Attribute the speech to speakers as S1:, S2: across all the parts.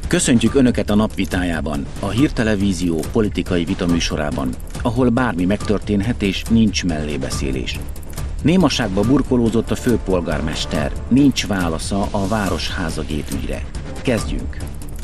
S1: Köszöntjük Önöket a Napvitájában, a Hírtelevízió politikai vitaműsorában, ahol bármi megtörténhet és nincs mellébeszélés. Némaságba burkolózott a főpolgármester, nincs válasza a Városháza gétügyre. Kezdjünk!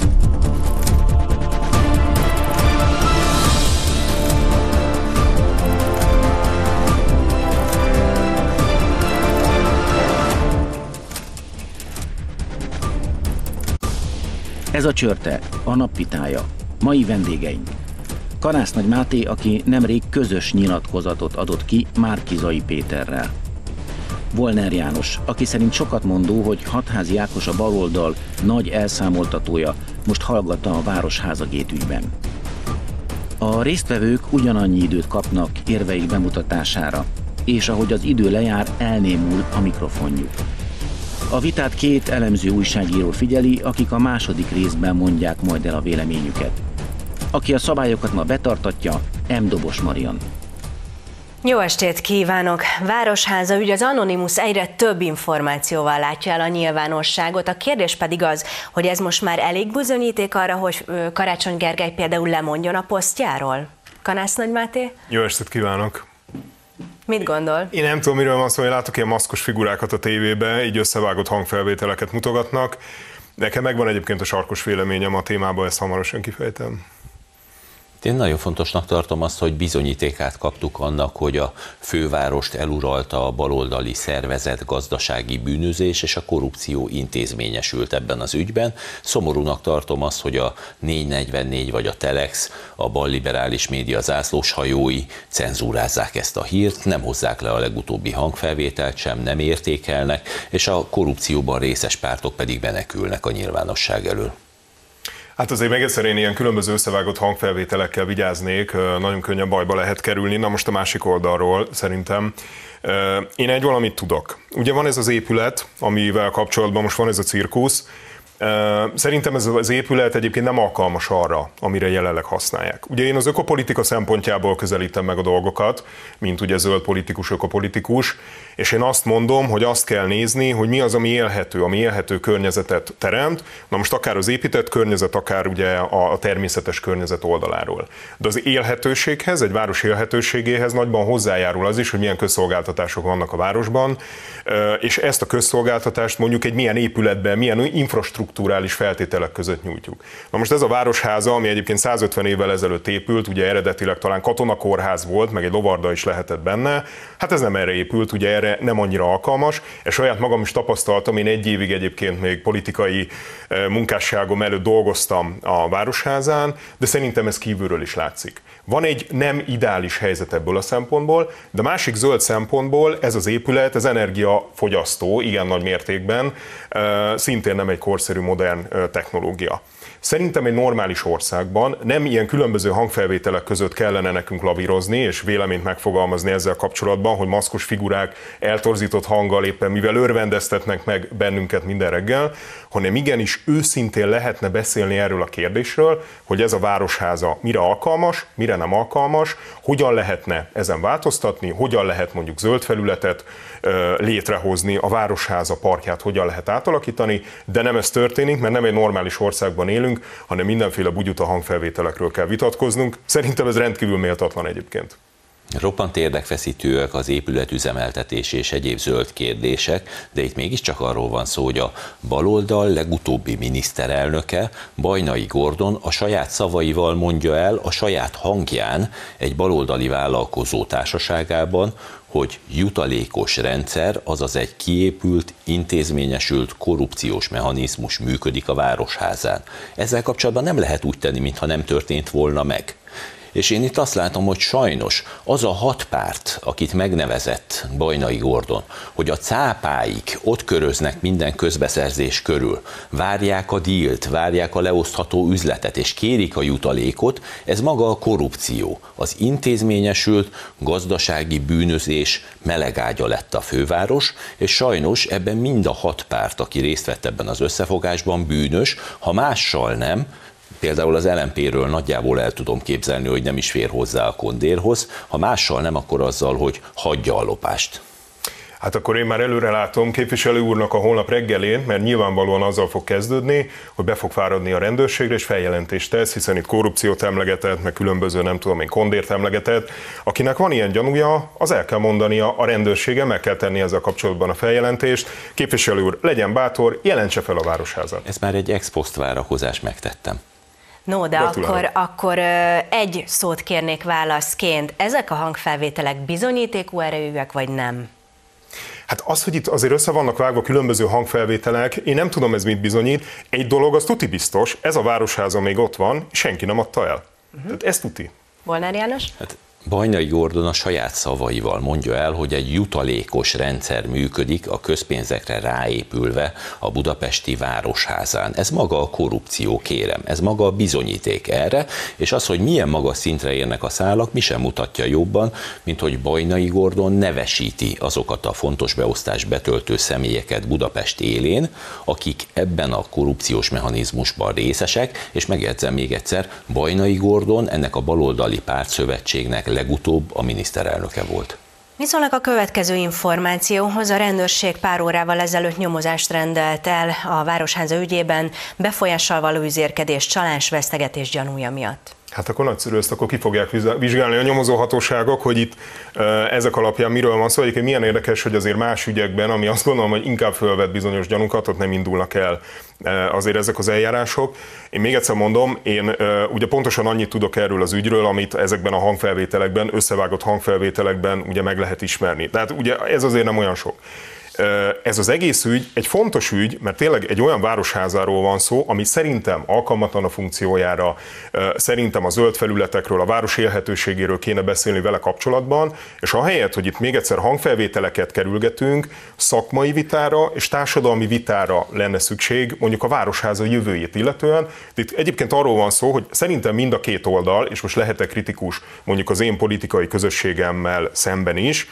S1: Ez a Csörte, a Napvitája. Mai vendégeink. Kanász-Nagy Máté, aki nemrég közös nyilatkozatot adott ki Márki-Zay Péterrel. Volner János, aki szerint sokat mondó, hogy Hatházi Ákos a baloldal nagy elszámoltatója, most hallgatta a Városháza gétügyben. A résztvevők ugyanannyi időt kapnak érveik bemutatására, és ahogy az idő lejár, elnémul a mikrofonjuk. A vitát két elemző újságíró figyeli, akik a második részben mondják majd el a véleményüket. Aki a szabályokat ma betartatja, M. Dobos Marian.
S2: Jó estét kívánok! Városháza ügy, az Anonymous egyre több információval látja el a nyilvánosságot. A kérdés pedig az, hogy ez most már elég bizonyíték arra, hogy Karácsony Gergely például lemondjon a posztjáról? Kanász-Nagy Máté?
S3: Jó estét kívánok!
S2: Mit gondol?
S3: Én nem tudom, miről van szó, hogy látok ilyen maszkos figurákat a tévében, így összevágott hangfelvételeket mutogatnak. Nekem megvan egyébként a sarkos véleményem a témában, ezt hamarosan kifejtem.
S4: Én nagyon fontosnak tartom azt, hogy bizonyítékát kaptuk annak, hogy a fővárost eluralta a baloldali szervezet, gazdasági bűnözés és a korrupció intézményesült ebben az ügyben. Szomorúnak tartom azt, hogy a 444 vagy a Telex, a balliberális média zászlóshajói cenzúrázzák ezt a hírt, nem hozzák le a legutóbbi hangfelvételt sem, nem értékelnek, és a korrupcióban részes pártok pedig menekülnek a nyilvánosság elől.
S3: Hát azért meg egyszer én ilyen különböző összevágott hangfelvételekkel vigyáznék, nagyon könnyen bajba lehet kerülni. Na most a másik oldalról szerintem. Én egy valamit tudok. Ugye van ez az épület, amivel kapcsolatban most van ez a cirkusz. Szerintem ez az épület egyébként nem alkalmas arra, amire jelenleg használják. Ugye én az ökopolitika szempontjából közelítem meg a dolgokat, mint ugye zöld politikus, ökopolitikus, és én azt mondom, hogy azt kell nézni, hogy mi az, ami élhető környezetet teremt, na most akár az épített környezet, akár ugye a természetes környezet oldaláról. De az élhetőséghez, egy város élhetőségéhez nagyban hozzájárul az is, hogy milyen közszolgáltatások vannak a városban, és ezt a közszolgáltatást mondjuk egy milyen épületben, milyen infrastrukturális feltételek között nyújtjuk. Na most ez a Városháza, ami egyébként 150 évvel ezelőtt épült, ugye eredetileg talán katonakórház volt, meg egy lovarda is lehetett benne, hát ez nem erre épült, ugye erre nem annyira alkalmas, és saját magam is tapasztaltam, én egy évig egyébként még politikai munkásságom előtt dolgoztam a Városházán, de szerintem ez kívülről is látszik. Van egy nem ideális helyzet ebből a szempontból, de másik zöld szempontból ez az épület, ez energiafogyasztó, igen nagy mértékben, szintén nem egy korszerű, modern technológia. Szerintem egy normális országban nem ilyen különböző hangfelvételek között kellene nekünk lavírozni, és véleményt megfogalmazni ezzel kapcsolatban, hogy maszkos figurák eltorzított hanggal éppen mivel örvendeztetnek meg bennünket minden reggel, hanem igenis őszintén lehetne beszélni erről a kérdésről, hogy ez a Városháza mire alkalmas, mire nem alkalmas, hogyan lehetne ezen változtatni, hogyan lehet mondjuk zöld felületet létrehozni, a Városháza parkját hogyan lehet átalakítani, de nem ez történik, mert nem egy normális országban élünk, hanem mindenféle bugyuta hangfelvételekről kell vitatkoznunk. Szerintem ez rendkívül méltatlan egyébként.
S4: Roppant érdekfeszítőek az épületüzemeltetés és egyéb zöld kérdések, de itt mégiscsak arról van szó, hogy a baloldal legutóbbi miniszterelnöke, Bajnai Gordon a saját szavaival mondja el a saját hangján egy baloldali vállalkozó társaságában, hogy jutalékos rendszer, azaz egy kiépült, intézményesült korrupciós mechanizmus működik a Városházán. Ezzel kapcsolatban nem lehet úgy tenni, mintha nem történt volna meg. És én itt azt látom, hogy sajnos az a 6 párt, akit megnevezett Bajnai Gordon, hogy a cápáik ott köröznek minden közbeszerzés körül, várják a dílt, várják a leosztható üzletet, és kérik a jutalékot, ez maga a korrupció. Az intézményesült gazdasági bűnözés melegágya lett a főváros, és sajnos ebben mind a 6 párt, aki részt vett ebben az összefogásban, bűnös, ha mással nem. Például az LMP-ről nagyjából el tudom képzelni, hogy nem is fér hozzá a kondérhoz, ha mással nem, akkor azzal, hogy hagyja a lopást.
S3: Hát akkor én már előre látom képviselő úrnak a holnap reggelén, mert nyilvánvalóan azzal fog kezdődni, hogy be fog fáradni a rendőrségre, és feljelentést tesz, hiszen itt korrupciót emlegetett, meg különböző, nem tudom én, kondért emlegetett. Akinek van ilyen gyanúja, az el kell mondania a rendőrségen, meg kell tenni ezzel kapcsolatban a feljelentést. Képviselő úr, legyen bátor, jelentse fel a Városházat.
S4: Ez már egy ex post várakozás, megtettem.
S2: No, de akkor egy szót kérnék válaszként. Ezek a hangfelvételek bizonyítékú erejűek, vagy nem?
S3: Hát az, hogy itt azért össze vannak vágva különböző hangfelvételek, én nem tudom, ez mit bizonyít. Egy dolog, az tuti biztos, ez a Városháza még ott van, senki nem adta el. Tehát ez tuti.
S2: Molnár János?
S4: Hát Bajnai Gordon a saját szavaival mondja el, hogy egy jutalékos rendszer működik a közpénzekre ráépülve a budapesti Városházán. Ez maga a korrupció, kérem, ez maga a bizonyíték erre, és az, hogy milyen magas szintre érnek a szálak, mi sem mutatja jobban, mint hogy Bajnai Gordon nevesíti azokat a fontos beosztást betöltő személyeket Budapest élén, akik ebben a korrupciós mechanizmusban részesek, és megjegyzem még egyszer, Bajnai Gordon ennek a baloldali pártszövetségnek legutóbb a miniszterelnöke volt.
S2: Mi szólnak a következő információhoz? A rendőrség pár órával ezelőtt nyomozást rendelt el a Városháza ügyében befolyással való üzérkedés, csalás, vesztegetés gyanúja miatt.
S3: Hát akkor nagyszerű, ezt akkor ki fogják vizsgálni a nyomozóhatóságok, hogy itt ezek alapján miről van szó. Egyébként milyen érdekes, hogy azért más ügyekben, ami azt gondolom, hogy inkább fölvet bizonyos gyanúkat, ott nem indulnak el azért ezek az eljárások. Én még egyszer mondom, én ugye pontosan annyit tudok erről az ügyről, amit ezekben a hangfelvételekben, összevágott hangfelvételekben ugye meg lehet ismerni. Tehát ugye ez azért nem olyan sok. Ez az egész ügy egy fontos ügy, mert tényleg egy olyan városházáról van szó, ami szerintem alkalmatlan a funkciójára, szerintem a zöld felületekről, a város élhetőségéről kéne beszélni vele kapcsolatban, és ahelyett, hogy itt még egyszer hangfelvételeket kerülgetünk, szakmai vitára és társadalmi vitára lenne szükség, mondjuk a Városháza jövőjét illetően. Itt egyébként arról van szó, hogy szerintem mind a két oldal, és most lehetek kritikus mondjuk az én politikai közösségemmel szemben is,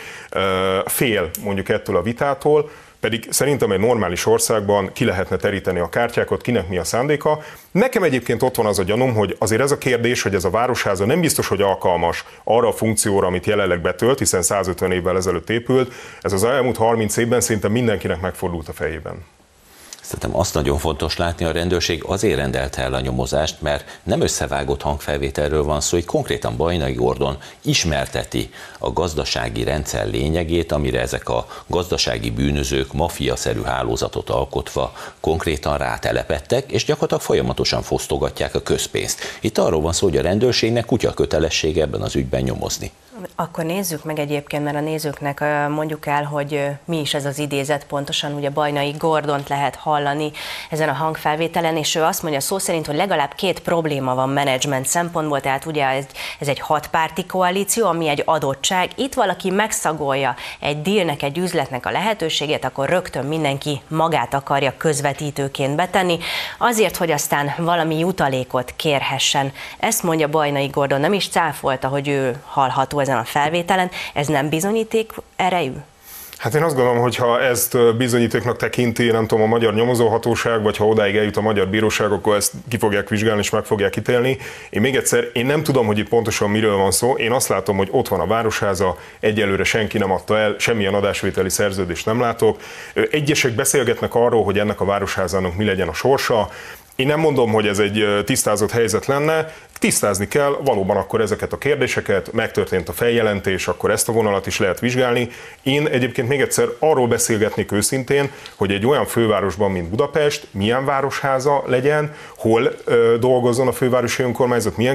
S3: fél mondjuk ettől a vitától, pedig szerintem egy normális országban ki lehetne teríteni a kártyákat, kinek mi a szándéka. Nekem egyébként ott van az a gyanúm, hogy azért ez a kérdés, hogy ez a Városháza nem biztos, hogy alkalmas arra a funkcióra, amit jelenleg betölt, hiszen 150 évvel ezelőtt épült, ez az elmúlt 30 évben szinte mindenkinek megfordult a fejében.
S4: Szerintem azt nagyon fontos látni, a rendőrség azért rendelte el a nyomozást, mert nem összevágott hangfelvételről van szó, hogy konkrétan Bajnai Gordon ismerteti a gazdasági rendszer lényegét, amire ezek a gazdasági bűnözők mafiaszerű hálózatot alkotva konkrétan rátelepettek, és gyakorlatilag folyamatosan fosztogatják a közpénzt. Itt arról van szó, hogy a rendőrségnek kutya kötelessége ebben az ügyben nyomozni.
S2: Akkor nézzük meg egyébként, mert a nézőknek mondjuk el, hogy mi is ez az idézet pontosan, ugye Bajnai Gordont lehet hallani ezen a hangfelvételen, és ő azt mondja szó szerint, hogy legalább 2 probléma van menedzsment szempontból, tehát ugye ez egy 6 párti koalíció, ami egy adottság. Itt valaki megszagolja egy dealnek, egy üzletnek a lehetőségét, akkor rögtön mindenki magát akarja közvetítőként betenni, azért, hogy aztán valami jutalékot kérhessen. Ezt mondja Bajnai Gordon, nem is cáfolta, hogy ő hallható ezen a felvételen. Ez nem bizonyíték erejű?
S3: Hát én azt gondolom, hogy ha ezt bizonyítéknak tekinti, nem tudom, a magyar nyomozóhatóság, vagy ha odáig eljut a magyar bíróság, akkor ezt ki fogják vizsgálni és meg fogják ítélni. Én még egyszer, én nem tudom, hogy itt pontosan miről van szó. Én azt látom, hogy ott van a Városháza, egyelőre senki nem adta el, semmilyen adásvételi szerződést nem látok. Egyesek beszélgetnek arról, hogy ennek a Városházának mi legyen a sorsa. Én nem mondom, hogy ez egy tisztázott helyzet lenne, tisztázni kell valóban akkor ezeket a kérdéseket, megtörtént a feljelentés, akkor ezt a vonalat is lehet vizsgálni. Én egyébként még egyszer arról beszélgetnék őszintén, hogy egy olyan fővárosban, mint Budapest, milyen városháza legyen, hol dolgozzon a fővárosi önkormányzat, milyen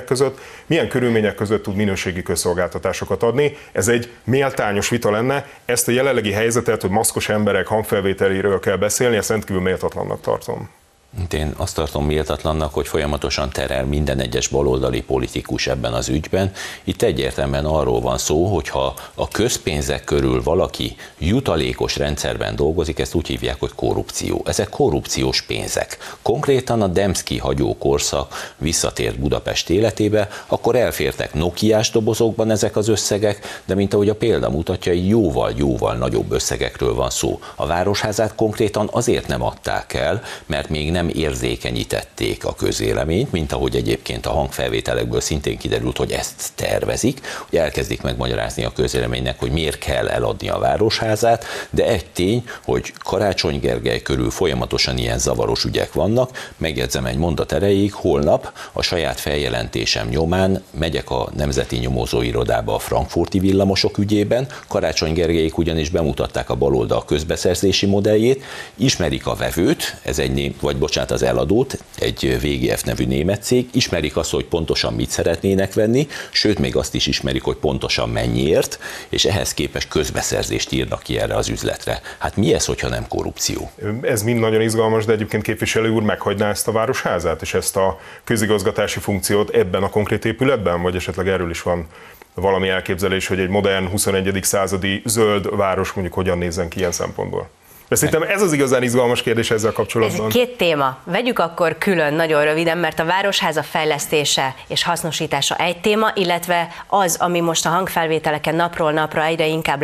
S3: körülmények között tud minőségi közszolgáltatásokat adni. Ez egy méltányos vita lenne, ezt a jelenlegi helyzetet, hogy maszkos emberek hangfelvételéről kell beszélni, ezt rendkívül méltatlannak tartom.
S4: Én azt tartom méltatlannak, hogy folyamatosan terel minden egyes baloldali politikus ebben az ügyben. Itt egyértelműen arról van szó, hogy ha a közpénzek körül valaki jutalékos rendszerben dolgozik, ezt úgy hívják, hogy korrupció. Ezek korrupciós pénzek. Konkrétan a Demszky hagyókorszak visszatért Budapest életébe, akkor elfértek Nokiás dobozokban ezek az összegek, de mint ahogy a példa mutatja, jóval nagyobb összegekről van szó. A Városházát konkrétan azért nem adták el, mert még nem nem érzékenyítették a közvéleményt, mint ahogy egyébként a hangfelvételekből szintén kiderült, hogy ezt tervezik, hogy elkezdik megmagyarázni a közvéleménynek, hogy miért kell eladni a Városházát, de egy tény, hogy Karácsony Gergely körül folyamatosan ilyen zavaros ügyek vannak. Megjegyzem egy mondat erejéig, holnap a saját feljelentésem nyomán megyek a Nemzeti Nyomozóirodába a frankfurti villamosok ügyében. Karácsony Gergelyék ugyanis bemutatták a baloldal közbeszerzési modelljét, ismerik a vevőt, ez az eladót, egy VGF nevű német cég, ismerik azt, hogy pontosan mit szeretnének venni, sőt még azt is ismerik, hogy pontosan mennyiért, és ehhez képest közbeszerzést írnak ki erre az üzletre. Hát mi ez, hogyha nem korrupció?
S3: Ez mind nagyon izgalmas, de egyébként képviselő úr meghagyná ezt a Városházát, és ezt a közigazgatási funkciót ebben a konkrét épületben, vagy esetleg erről is van valami elképzelés, hogy egy modern 21. századi zöld város mondjuk hogyan nézzen ki ilyen szempontból? De szerintem ez az igazán izgalmas kérdés ezzel kapcsolatban.
S2: Ez két téma. Vegyük akkor külön, nagyon röviden, mert a Városháza fejlesztése és hasznosítása egy téma, illetve az, ami most a hangfelvételeken napról napra egyre inkább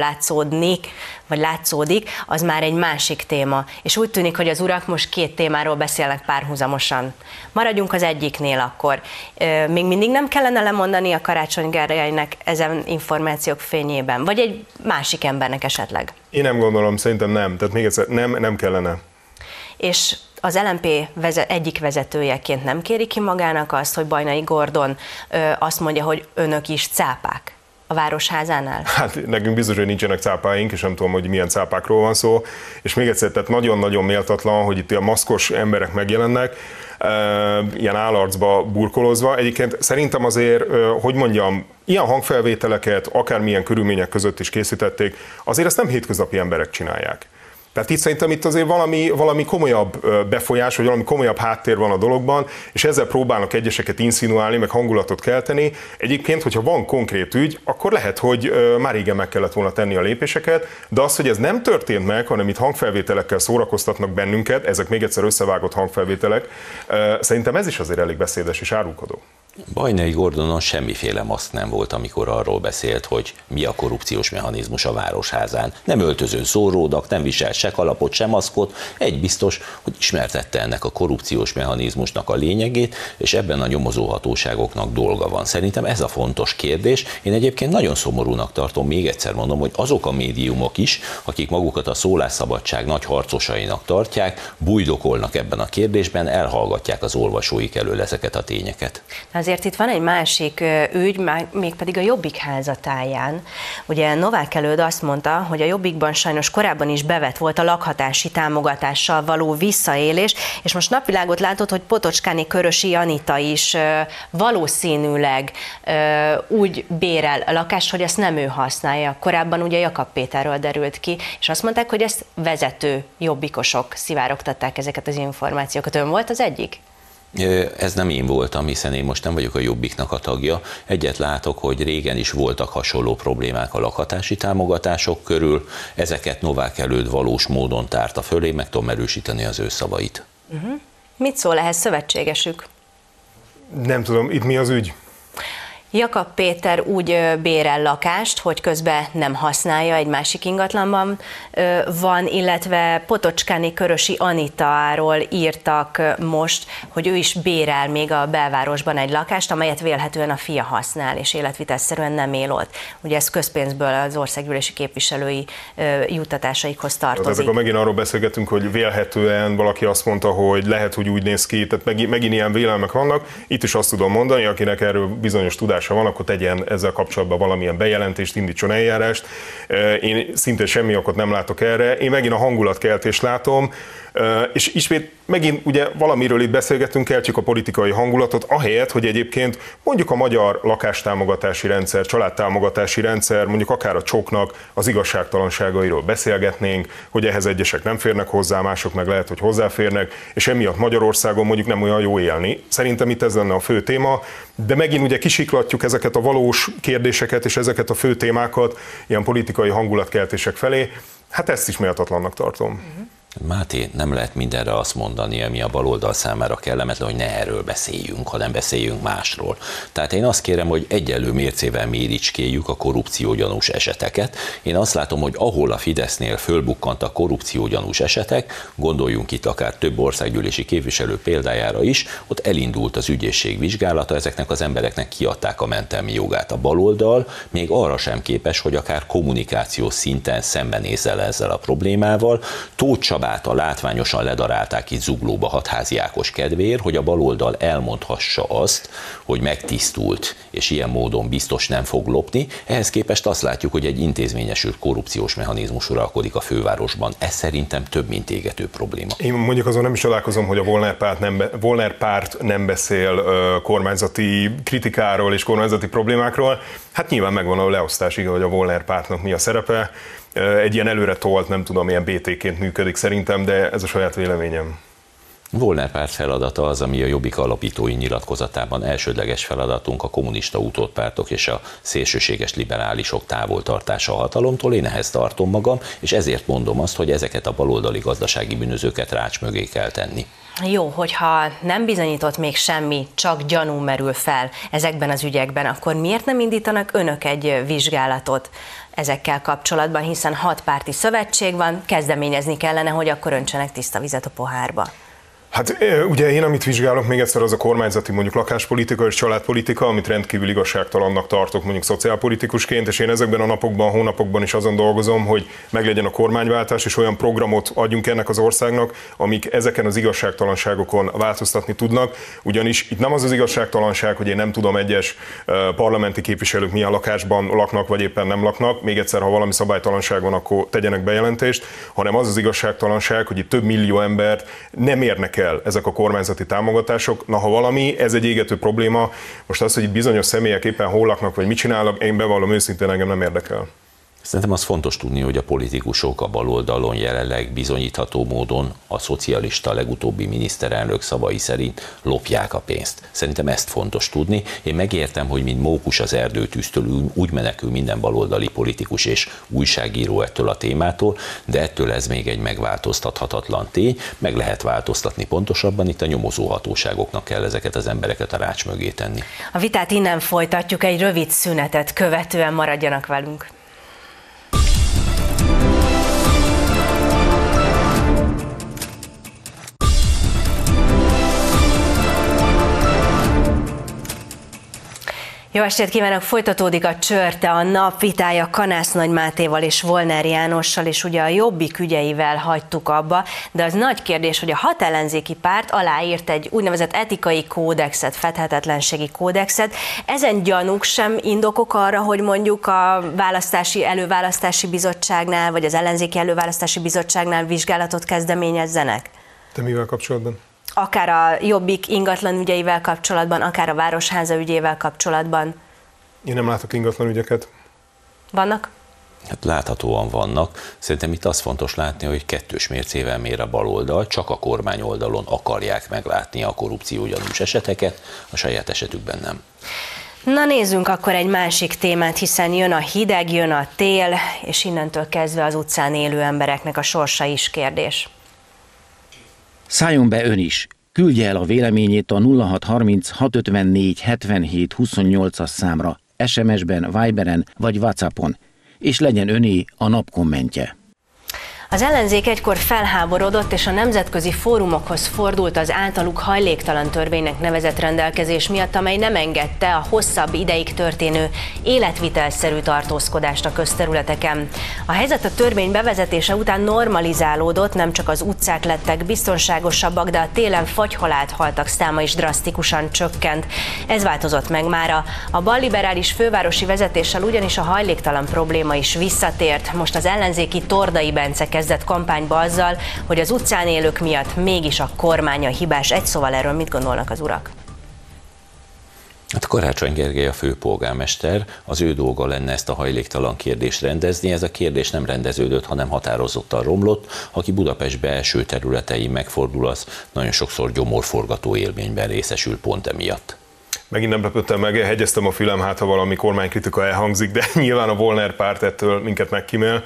S2: látszódik, az már egy másik téma. És úgy tűnik, hogy az urak most két témáról beszélnek párhuzamosan. Maradjunk az egyiknél akkor. Még mindig nem kellene lemondani a Karácsony Gergelynek ezen információk fényében? Vagy egy másik embernek esetleg?
S3: Én nem gondolom, szerintem nem. Tehát még egyszer, nem kellene.
S2: És az LMP egyik vezetőjeként nem kéri ki magának azt, hogy Bajnai Gordon azt mondja, hogy önök is cápák a Városházánál? Hát
S3: nekünk biztos, hogy nincsenek cápáink, és nem tudom, hogy milyen cápákról van szó. És még egyszer, tehát nagyon-nagyon méltatlan, hogy itt a maszkos emberek megjelennek, ilyen állarcba burkolozva. Egyébként szerintem azért, hogy mondjam, ilyen hangfelvételeket akármilyen körülmények között is készítették, azért ezt nem hétköznapi emberek csinálják. Tehát itt szerintem itt azért valami komolyabb befolyás, vagy valami komolyabb háttér van a dologban, és ezzel próbálnak egyeseket inszinuálni, meg hangulatot kelteni. Egyébként, hogyha van konkrét ügy, akkor lehet, hogy már régen meg kellett volna tenni a lépéseket, de az, hogy ez nem történt meg, hanem itt hangfelvételekkel szórakoztatnak bennünket, ezek még egyszer összevágott hangfelvételek, szerintem ez is azért elég beszédes és árulkodó.
S4: Bajnai Gordonon semmiféle maszk nem volt, amikor arról beszélt, hogy mi a korrupciós mechanizmus a Városházán. Nem öltözőn szóródak, nem visel se kalapot, se maszkot. Egy biztos, hogy ismertette ennek a korrupciós mechanizmusnak a lényegét, és ebben a nyomozóhatóságoknak dolga van. Szerintem ez a fontos kérdés. Én egyébként nagyon szomorúnak tartom, még egyszer mondom, hogy azok a médiumok is, akik magukat a szólásszabadság nagy harcosainak tartják, bujdokolnak ebben a kérdésben, elhallgatják az olvasóik elől ezeket a tényeket.
S2: Azért itt van egy másik ügy, mégpedig a Jobbik házatáján. Ugye Novák Előd azt mondta, hogy a Jobbikban sajnos korábban is bevett volt a lakhatási támogatással való visszaélés, és most napvilágot látott, hogy Potocskáni Körösi Anita is valószínűleg úgy bérel lakást, hogy ezt nem ő használja. Korábban ugye Jakab Péterről derült ki, és azt mondták, hogy ezt vezető jobbikosok szivárogtatták ezeket az információkat. Ön volt az egyik?
S4: Ez nem én voltam, hiszen én most nem vagyok a Jobbiknak a tagja. Egyet látok, hogy régen is voltak hasonló problémák a lakhatási támogatások körül. Ezeket Novák Előd valós módon tárta fölé, meg tudom erősíteni az ő szavait.
S2: Mit szól ehhez szövetségesük?
S3: Nem tudom, itt mi az ügy?
S2: Jakab Péter úgy bérel lakást, hogy közben nem használja, egy másik ingatlanban van, illetve Potocskáni Körösi Anitáról írtak most, hogy ő is bérel még a belvárosban egy lakást, amelyet vélhetően a fia használ, és életvitelszerűen nem él ott. Ugye ez közpénzből az országgyűlési képviselői juttatásaikhoz tartozik.
S3: Tehát akkor megint arról beszélgetünk, hogy vélhetően valaki azt mondta, hogy lehet, hogy úgy néz ki, tehát megint ilyen vélelmek vannak. Itt is azt tudom mondani, akinek erről bizonyos tudás van, akkor tegyen ezzel kapcsolatban valamilyen bejelentést, indítson eljárást. Én szinte semmi okot nem látok erre. Én megint a hangulatkeltést látom, és ismét megint ugye valamiről itt beszélgetünk, keltjük a politikai hangulatot, ahelyett, hogy egyébként mondjuk a magyar lakástámogatási rendszer, családtámogatási rendszer, mondjuk akár a csoknak az igazságtalanságairól beszélgetnénk, hogy ehhez egyesek nem férnek hozzá, mások meg lehet, hogy hozzáférnek, és emiatt Magyarországon mondjuk nem olyan jó élni. Szerintem itt ez lenne a fő téma, de megint ugye kisiklatjuk ezeket a valós kérdéseket és ezeket a fő témákat ilyen politikai hangulatkeltések felé, hát ezt is méltatlannak tartom.
S4: Máté, nem lehet mindenre azt mondani, ami a baloldal számára kellemetlen, hogy ne erről beszéljünk, hanem beszéljünk másról. Tehát én azt kérem, hogy egyenlő mércével méricskéljük a korrupciógyanús eseteket. Én azt látom, hogy ahol a Fidesznél fölbukkant a korrupciógyanús esetek, gondoljunk itt akár több országgyűlési képviselő példájára is, ott elindult az ügyészség vizsgálata, ezeknek az embereknek kiadták a mentelmi jogát. A baloldal még arra sem képes, hogy akár kommunikációs szinten szembenézzel ezzel a problémával. Tóth Csabát látványosan ledarálták itt Zuglóba Hatházi Ákos kedvéért, hogy a baloldal elmondhassa azt, hogy megtisztult, és ilyen módon biztos nem fog lopni. Ehhez képest azt látjuk, hogy egy intézményesült korrupciós mechanizmus uralkodik a fővárosban. Ez szerintem több mint égető probléma.
S3: Én mondjuk azon nem is csodálkozom, hogy a Volner párt nem beszél kormányzati kritikáról és kormányzati problémákról. Hát nyilván megvan a leosztás, hogy a Volner pártnak mi a szerepe. Egy ilyen előre tolt, nem tudom, milyen BT-ként működik szerintem, de ez a saját véleményem.
S4: Volner párt feladata az, ami a Jobbik alapítói nyilatkozatában elsődleges feladatunk, a kommunista utódpártok és a szélsőséges liberálisok távoltartása a hatalomtól. Én ehhez tartom magam, és ezért mondom azt, hogy ezeket a baloldali gazdasági bűnözőket rács mögé kell tenni.
S2: Jó, hogyha nem bizonyított még semmi, csak gyanú merül fel ezekben az ügyekben, akkor miért nem indítanak önök egy vizsgálatot ezekkel kapcsolatban, hiszen 6 párti szövetség van, kezdeményezni kellene, hogy akkor öntsenek tiszta vizet a pohárba.
S3: Hát ugye én, amit vizsgálok még egyszer, az a kormányzati mondjuk lakáspolitika és családpolitika, amit rendkívül igazságtalannak tartok mondjuk szociálpolitikusként, és én ezekben a napokban, hónapokban is azon dolgozom, hogy meglegyen a kormányváltás, és olyan programot adjunk ennek az országnak, amik ezeken az igazságtalanságokon változtatni tudnak. Ugyanis itt nem az az igazságtalanság, hogy én nem tudom, egyes parlamenti képviselők milyen lakásban laknak, vagy éppen nem laknak, még egyszer, ha valami szabálytalanság van, akkor tegyenek bejelentést, hanem az az igazságtalanság, hogy itt több millió embert nem érnek el ezek a kormányzati támogatások. Na, ha valami, ez egy égető probléma. Most az, hogy itt bizonyos személyek éppen hol laknak, vagy mit csinálnak, én bevallom őszintén, engem nem érdekel.
S4: Szerintem az fontos tudni, hogy a politikusok a baloldalon jelenleg bizonyítható módon a szocialista legutóbbi miniszterelnök szavai szerint lopják a pénzt. Szerintem ezt fontos tudni. Én megértem, hogy mint mókus az erdőtűztől úgy menekül minden baloldali politikus és újságíró ettől a témától, de ettől ez még egy megváltoztathatatlan tény. Meg lehet változtatni, pontosabban itt a nyomozóhatóságoknak kell ezeket az embereket a rács mögé tenni.
S2: A vitát innen folytatjuk, egy rövid szünetet követően maradjanak velünk. Jó estét kívánok! Folytatódik a Csörte, a nap vitája Kanász Nagy Mátéval és Volner Jánossal, és ugye a Jobbik ügyeivel hagytuk abba, de az nagy kérdés, hogy a 6 ellenzéki párt aláírt egy úgynevezett etikai kódexet, fedhetetlenségi kódexet. Ezen gyanúk sem indokok arra, hogy mondjuk a előválasztási bizottságnál, vagy az ellenzéki előválasztási bizottságnál vizsgálatot kezdeményezzenek?
S3: Te mivel kapcsolatban?
S2: Akár a Jobbik ingatlan ügyeivel kapcsolatban, akár a Városháza ügyével kapcsolatban.
S3: Én nem látok ingatlan ügyeket.
S2: Vannak?
S4: Hát láthatóan vannak. Szerintem itt az fontos látni, hogy kettős mércével mér a baloldal, csak a kormány oldalon akarják meglátni a korrupciógyanús eseteket, a saját esetükben nem.
S2: Na nézzünk akkor egy másik témát, hiszen jön a hideg, jön a tél, és innentől kezdve az utcán élő embereknek a sorsa is kérdés.
S1: Szálljon be ön is, küldje el a véleményét a 0630 654 77 28-as számra, SMS-ben, Viberen vagy WhatsAppon, és legyen öné a nap kommentje.
S2: Az ellenzék egykor felháborodott, és a nemzetközi fórumokhoz fordult az általuk hajléktalan törvénynek nevezett rendelkezés miatt, amely nem engedte a hosszabb ideig történő életvitelszerű tartózkodást a közterületeken. A helyzet a törvény bevezetése után normalizálódott, nem csak az utcák lettek biztonságosabbak, de a télen fagyhalált haltak száma is drasztikusan csökkent. Ez változott meg mára. A balliberális fővárosi vezetéssel ugyanis a hajléktalan probléma is visszatért. Most az ellenzéki Tordai Bence kezdett kampányba azzal, hogy az utcán élők miatt mégis a kormány a hibás. Egy szóval erről mit gondolnak az urak?
S4: Hát Karácsony Gergely a főpolgármester, az ő dolga lenne ezt a hajléktalan kérdést rendezni. Ez a kérdés nem rendeződött, hanem határozottan romlott. Aki Budapest belső területein megfordul, az nagyon sokszor gyomorforgató élményben részesül pont emiatt.
S3: Megint nem lepődtem meg, hegyeztem a fülem, hát ha valami kormánykritika elhangzik, de nyilván a Volner párt ettől minket megkímél.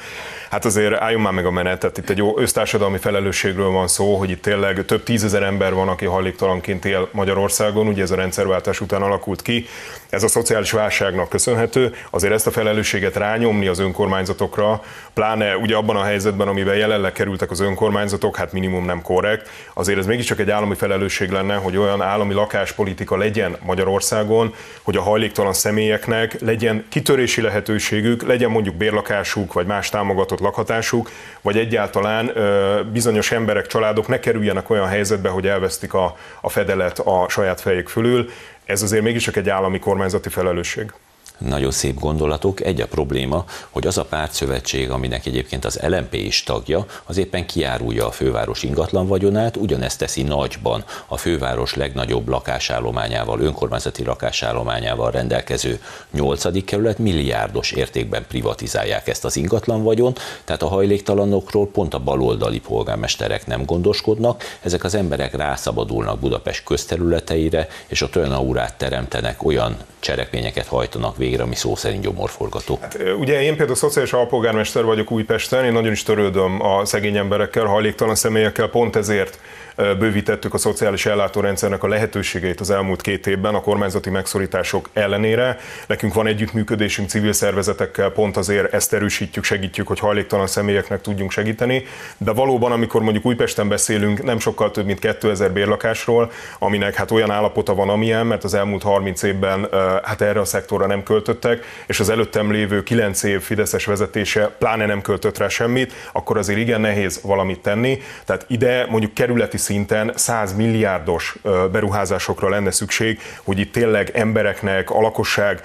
S3: Hát azért álljon már meg a menet, tehát itt egy össztársadalmi felelősségről van szó, hogy itt tényleg több tízezer ember van, aki hajléktalanként él Magyarországon, ugye ez a rendszerváltás után alakult ki, ez a szociális válságnak köszönhető, azért ezt a felelősséget rányomni az önkormányzatokra, pláne ugye abban a helyzetben, amiben jelenleg kerültek az önkormányzatok, hát minimum nem korrekt, azért ez mégiscsak egy állami felelősség lenne, hogy olyan állami lakáspolitika legyen Magyarországon, hogy a hajléktalan személyeknek legyen kitörési lehetőségük, legyen mondjuk bérlakásuk, vagy más támogatott lakhatásuk, vagy egyáltalán bizonyos emberek, családok ne kerüljenek olyan helyzetbe, hogy elvesztik a fedelet a saját fejük fölül. Ez azért mégiscsak egy állami kormányzati felelősség.
S4: Nagyon szép gondolatok. Egy a probléma, hogy az a pártszövetség, aminek egyébként az LMP is tagja, az éppen kiárulja a főváros ingatlan vagyonát, ugyanezt teszi nagyban a főváros legnagyobb lakásállományával, önkormányzati lakásállományával rendelkező 8. kerület, milliárdos értékben privatizálják ezt az ingatlan vagyont, tehát a hajléktalanokról pont a baloldali polgármesterek nem gondoskodnak, ezek az emberek rászabadulnak Budapest közterületeire, és ott olyan aurát teremtenek, olyan cselekményeket hajtanak végre, ami szó szerint gyomorforgató.
S3: Hát, ugye én például szociális alpolgármester vagyok Újpesten, én nagyon is törődöm a szegény emberekkel, hajléktalan személyekkel, pont ezért bővítettük a szociális ellátórendszernek a lehetőségeit az elmúlt 2 évben a kormányzati megszorítások ellenére. Nekünk van együttműködésünk civil szervezetekkel, pont azért ezt erősítjük, segítjük, hogy hajléktalan személyeknek tudjunk segíteni. De valóban, amikor mondjuk Újpesten beszélünk, nem sokkal több mint 2000 bérlakásról, aminek hát olyan állapota van, amilyen, mert az elmúlt 30 évben hát erre a szektorra nem költöttek, és az előttem lévő 9 év fideszes vezetése pláne nem költött rá semmit, akkor azért igen nehéz valamit tenni. Tehát ide mondjuk kerületi szinten 100 milliárdos beruházásokra lenne szükség, hogy itt tényleg embereknek, a lakosság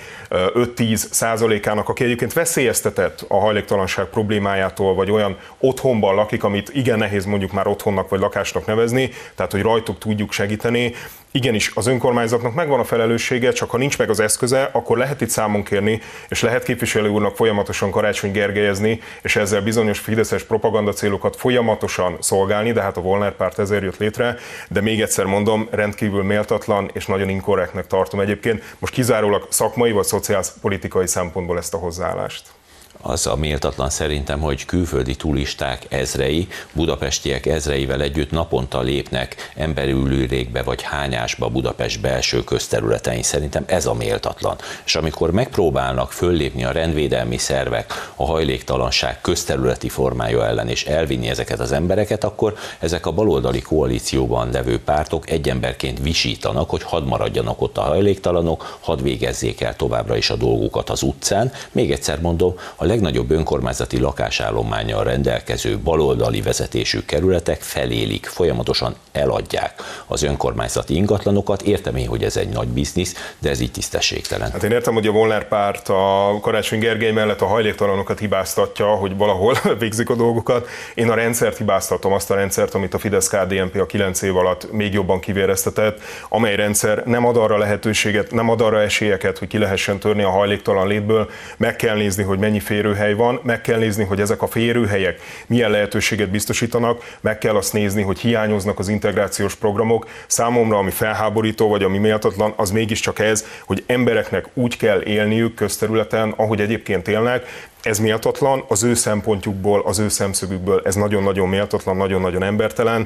S3: 5-10%-ának, aki egyébként veszélyeztetett a hajléktalanság problémájától, vagy olyan otthonban lakik, amit igen nehéz mondjuk már otthonnak vagy lakásnak nevezni, tehát hogy rajtuk tudjuk segíteni. Igenis, az önkormányzatnak megvan a felelőssége, csak ha nincs meg az eszköze, akkor lehet itt számon kérni, és lehet képviselő úrnak folyamatosan Karácsony Gergelyezni, és ezzel bizonyos fideszes propaganda célokat folyamatosan szolgálni, de hát a Volner párt ezért jött létre, de még egyszer mondom, rendkívül méltatlan és nagyon inkorrektnek tartom egyébként most kizárólag szakmai vagy szociálpolitikai szempontból ezt a hozzáállást.
S4: Az a méltatlan szerintem, hogy külföldi turisták ezrei, budapestiek ezreivel együtt naponta lépnek emberülőrékbe vagy hányásba Budapest belső közterületein. Szerintem ez a méltatlan. És amikor megpróbálnak föllépni a rendvédelmi szervek a hajléktalanság közterületi formája ellen és elvinni ezeket az embereket, akkor ezek a baloldali koalícióban levő pártok egy emberként visítanak, hogy hadd maradjanak ott a hajléktalanok, hadd végezzék el továbbra is a dolgukat az utcán. Még egyszer mondom, a legnagyobb önkormányzati lakásállománnyal rendelkező baloldali vezetésű kerületek felélik, folyamatosan eladják az önkormányzati ingatlanokat. Értem én, hogy ez egy nagy biznisz, de ez így tisztességtelen. Hát
S3: én értem, hogy a Volner párt a Karácsony Gergely mellett a hajléktalanokat hibáztatja, hogy valahol végzik a dolgokat. Én a rendszert hibáztatom, azt a rendszert, amit a Fidesz-KDNP a 9 év alatt még jobban kivéreztetett, amely rendszer nem ad arra lehetőséget, nem ad arra esélyeket, hogy ki lehessen törni a hajléktalan létből. Meg kell nézni, hogy mennyi férőhely van, meg kell nézni, hogy ezek a férőhelyek milyen lehetőséget biztosítanak, meg kell azt nézni, hogy hiányoznak az integrációs programok. Számomra, ami felháborító, vagy ami méltatlan, az mégiscsak ez, hogy embereknek úgy kell élniük közterületen, ahogy egyébként élnek. Ez méltatlan, az ő szempontjukból, az ő szemszögükből ez nagyon-nagyon méltatlan, nagyon-nagyon embertelen,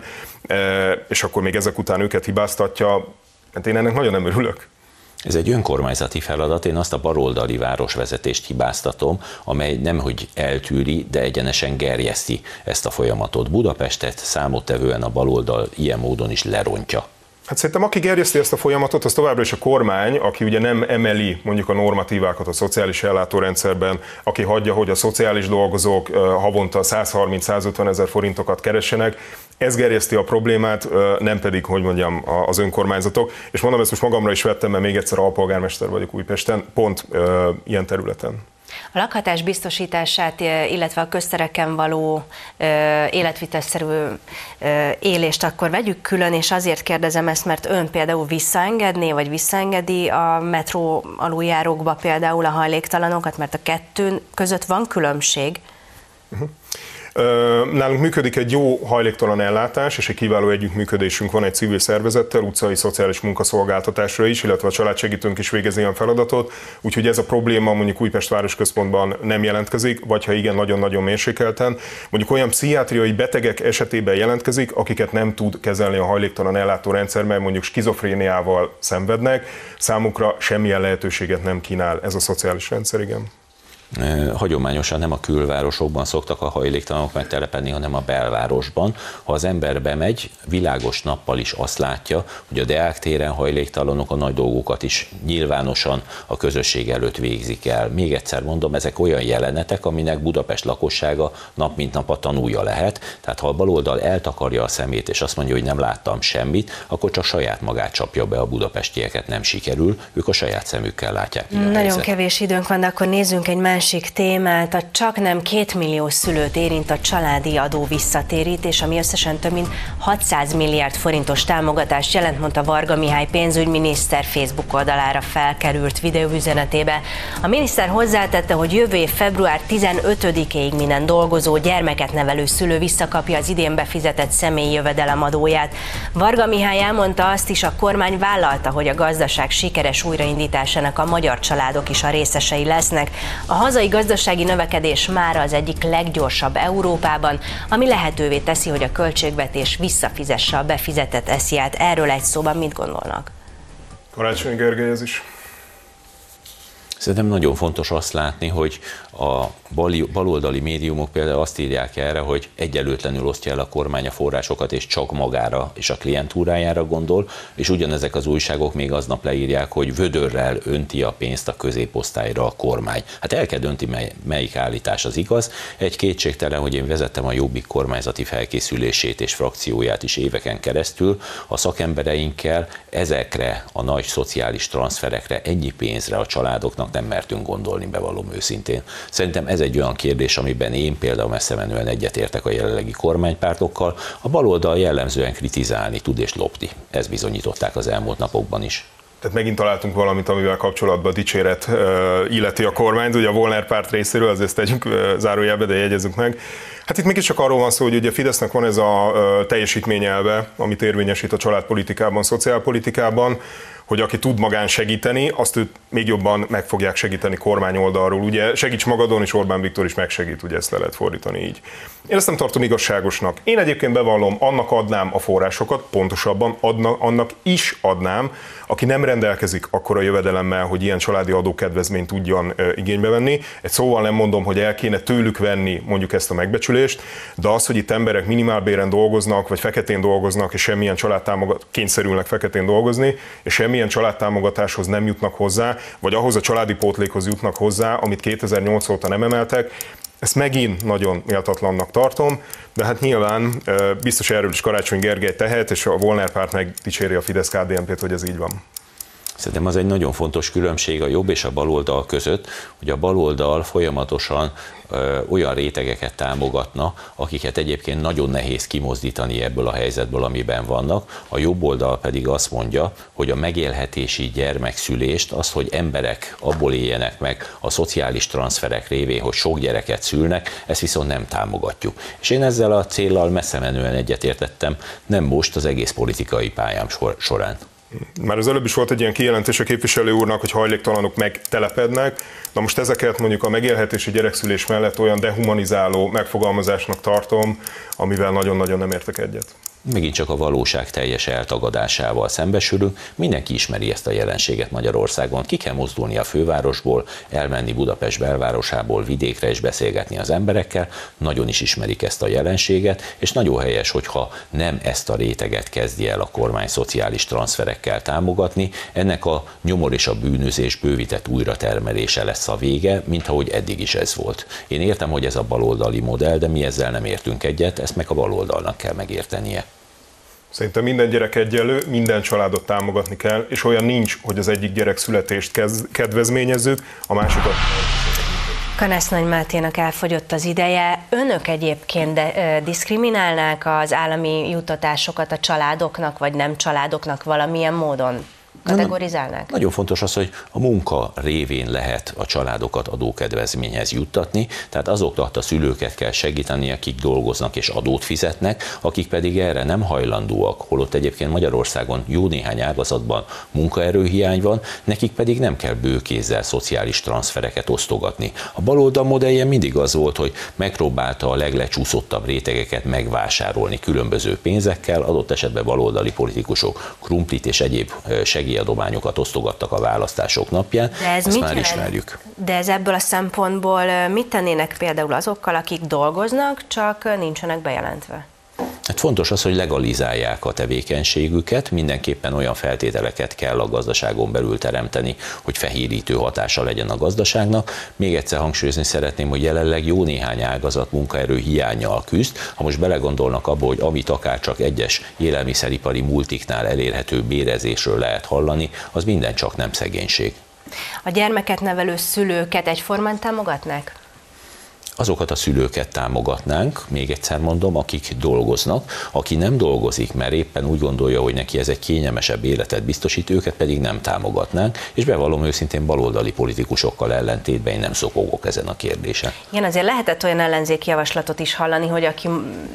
S3: és akkor még ezek után őket hibáztatja. Hát én ennek nagyon nem örülök.
S4: Ez egy önkormányzati feladat, én azt a baloldali városvezetést hibáztatom, amely nemhogy eltűri, de egyenesen gerjeszti ezt a folyamatot. Budapestet számottevően a baloldal ilyen módon is lerontja.
S3: Hát szerintem aki gerjeszti ezt a folyamatot, az továbbra is a kormány, aki ugye nem emeli mondjuk a normatívákat a szociális ellátórendszerben, aki hagyja, hogy a szociális dolgozók havonta 130-150 ezer forintokat keressenek. Ez gerjeszti a problémát, nem pedig, hogy mondjam, az önkormányzatok. És mondom, ezt most magamra is vettem, mert még egyszer alpolgármester vagyok Újpesten, pont ilyen területen.
S2: A lakhatás biztosítását, illetve a köztereken való életvitelszerű élést akkor vegyük külön, és azért kérdezem ezt, mert ön például visszaengedné, vagy visszaengedi a metró aluljárókba például a hajléktalanokat, mert a kettő között van különbség?
S3: Nálunk működik egy jó hajléktalan ellátás, és egy kiváló együttműködésünk van egy civil szervezettel, utcai szociális munkaszolgáltatásra is, illetve a családsegítőnk is végez ilyen feladatot, úgyhogy ez a probléma mondjuk Újpest városközpontban nem jelentkezik, vagy ha igen, nagyon-nagyon mérsékelten. Mondjuk olyan pszichiátriai betegek esetében jelentkezik, akiket nem tud kezelni a hajléktalan ellátórendszer, mert mondjuk skizofréniával szenvednek, számukra semmilyen lehetőséget nem kínál ez a szociális rendszer, igen.
S4: Hagyományosan nem a külvárosokban szoktak a hajléktalanok megtelepedni, hanem a belvárosban. Ha az ember bemegy, világos nappal is azt látja, hogy a Deák téren hajléktalanok a nagy dolgokat is nyilvánosan a közösség előtt végzik el. Még egyszer mondom, ezek olyan jelenetek, aminek Budapest lakossága nap mint nap a tanúja lehet. Tehát ha a baloldal eltakarja a szemét és azt mondja, hogy nem láttam semmit, akkor csak saját magát csapja be, a budapestieket nem sikerül, ők a saját szemükkel látják.
S2: Nagyon kevés időnk van, de akkor nézzünk egy másik témát. A csaknem 2 millió szülőt érint a családi adó visszatérítés, ami összesen több mint 600 milliárd forintos támogatást jelent, mondta Varga Mihály pénzügyminiszter Facebook oldalára felkerült videóüzenetébe. A miniszter hozzátette, hogy jövő év február 15-ig minden dolgozó, gyermeket nevelő szülő visszakapja az idén befizetett személyi jövedelemadóját. Varga Mihály elmondta azt is, a kormány vállalta, hogy a gazdaság sikeres újraindításának a magyar családok is a részesei lesznek. A hazai gazdasági növekedés mára az egyik leggyorsabb Európában, ami lehetővé teszi, hogy a költségvetés visszafizesse a befizetett SZIA-t. Erről egy szóban mit gondolnak?
S3: Karácsony Gergely, ez is.
S4: Szerintem nagyon fontos azt látni, hogy a baloldali médiumok például azt írják erre, hogy egyenlőtlenül osztja el a kormány a forrásokat, és csak magára és a klientúrájára gondol, és ugyanezek az újságok még aznap leírják, hogy vödörrel önti a pénzt a középosztályra a kormány. Hát el kell dönti, melyik állítás az igaz. Egy kétségtelen, hogy én vezettem a Jobbik kormányzati felkészülését és frakcióját is éveken keresztül, a szakembereinkkel ezekre a nagy szociális transzferekre, ennyi pénzre a családoknak nem mertünk gondolni, bevallom őszintén. Szerintem ez egy olyan kérdés, amiben én például messze menően egyetértek a jelenlegi kormánypártokkal. A baloldal jellemzően kritizálni tud és lopni. Ezt bizonyították az elmúlt napokban is.
S3: Tehát megint találtunk valamit, amivel kapcsolatban dicséret illeti a kormányt, ugye a Volner párt részéről, azért tegyünk zárójelbe, de jegyezzük meg. Hát itt mégiscsak arról van szó, hogy ugye a Fidesznek van ez a teljesítményelve, amit érvényesít a családpolitikában, szociálpolitikában, hogy aki tud magán segíteni, azt őt még jobban meg fogják segíteni kormány oldalról. Ugye segíts magadon, és Orbán Viktor is megsegít, ugye ezt le lehet fordítani így. Én ezt nem tartom igazságosnak. Én egyébként bevallom, annak adnám a forrásokat, pontosabban annak is adnám, aki nem rendelkezik akkora jövedelemmel, hogy ilyen családi adókedvezményt tudjon igénybe venni. Egy szóval nem mondom, hogy el kéne tőlük venni mondjuk ezt a megbecsülést, de az, hogy itt emberek minimálbéren dolgoznak, vagy feketén dolgoznak, és semmilyen kényszerülnek feketén dolgozni, és semmilyen családtámogatáshoz nem jutnak hozzá, vagy ahhoz a családi pótlékhoz jutnak hozzá, amit 2008 óta nem emeltek, ezt megint nagyon méltatlannak tartom, de hát nyilván biztos erről is Karácsony Gergely tehet, és a Volner párt meg dicséri a Fidesz-KDNP-t, hogy ez így van.
S4: Szerintem az egy nagyon fontos különbség a jobb és a baloldal között, hogy a baloldal folyamatosan olyan rétegeket támogatna, akiket egyébként nagyon nehéz kimozdítani ebből a helyzetből, amiben vannak. A jobb oldal pedig azt mondja, hogy a megélhetési gyermekszülést, az, hogy emberek abból éljenek meg a szociális transzferek révén, hogy sok gyereket szülnek, ezt viszont nem támogatjuk. És én ezzel a céllal messze menően egyetértettem, nem most, az egész politikai pályám során.
S3: Már az előbb is volt egy ilyen kijelentés a képviselő úrnak, hogy hajléktalanok megtelepednek. Na most ezeket mondjuk a megélhetési gyerekszülés mellett olyan dehumanizáló megfogalmazásnak tartom, amivel nagyon-nagyon nem értek egyet.
S4: Megint csak a valóság teljes eltagadásával szembesülünk. Mindenki ismeri ezt a jelenséget Magyarországon. Ki kell mozdulni a fővárosból, elmenni Budapest belvárosából vidékre és beszélgetni az emberekkel. Nagyon is ismerik ezt a jelenséget, és nagyon helyes, hogyha nem ezt a réteget kezdi el a kormány szociális transzferekkel támogatni. Ennek a nyomor és a bűnözés bővített újratermelése lesz a vége, mint ahogy eddig is ez volt. Én értem, hogy ez a baloldali modell, de mi ezzel nem értünk egyet, ezt meg a baloldalnak kell megértenie.
S3: Szerintem minden gyerek egyenlő, minden családot támogatni kell, és olyan nincs, hogy az egyik gyerek születést kedvezményezzük, a másikat.
S2: Kanász Nagy Máténak elfogyott az ideje. Önök egyébként diszkriminálnák az állami juttatásokat a családoknak, vagy nem családoknak valamilyen módon? kategorizálnák?
S4: Nagyon fontos az, hogy a munka révén lehet a családokat adókedvezményhez juttatni, tehát azokat a szülőket kell segíteni, akik dolgoznak és adót fizetnek, akik pedig erre nem hajlandóak, holott egyébként Magyarországon jó néhány ágazatban munkaerőhiány van, nekik pedig nem kell bőkézzel szociális transzfereket osztogatni. A baloldal modellje mindig az volt, hogy megpróbálta a leglecsúszottabb rétegeket megvásárolni különböző pénzekkel, adott esetben baloldali politikusok krumplit és egyéb segélyadományokat osztogattak a választások napján, ezt már ismerjük.
S2: De ez ebből a szempontból mit tennének például azokkal, akik dolgoznak, csak nincsenek bejelentve?
S4: Hát fontos az, hogy legalizálják a tevékenységüket, mindenképpen olyan feltételeket kell a gazdaságon belül teremteni, hogy fehérítő hatása legyen a gazdaságnak. Még egyszer hangsúlyozni szeretném, hogy jelenleg jó néhány ágazat munkaerő hiánnyal küzd. Ha most belegondolnak abba, hogy amit akár csak egyes élelmiszeripari multiknál elérhető bérezésről lehet hallani, az minden csak nem szegénység.
S2: A gyermeket nevelő szülőket egyformán támogatnák?
S4: Azokat a szülőket támogatnánk, még egyszer mondom, akik dolgoznak, aki nem dolgozik, mert éppen úgy gondolja, hogy neki ez egy kényelmesebb életet biztosít, őket pedig nem támogatnánk, és bevallom őszintén baloldali politikusokkal ellentétben én nem szokogok ezen a kérdésen.
S2: Igen, azért lehetett olyan ellenzéki javaslatot is hallani, hogy aki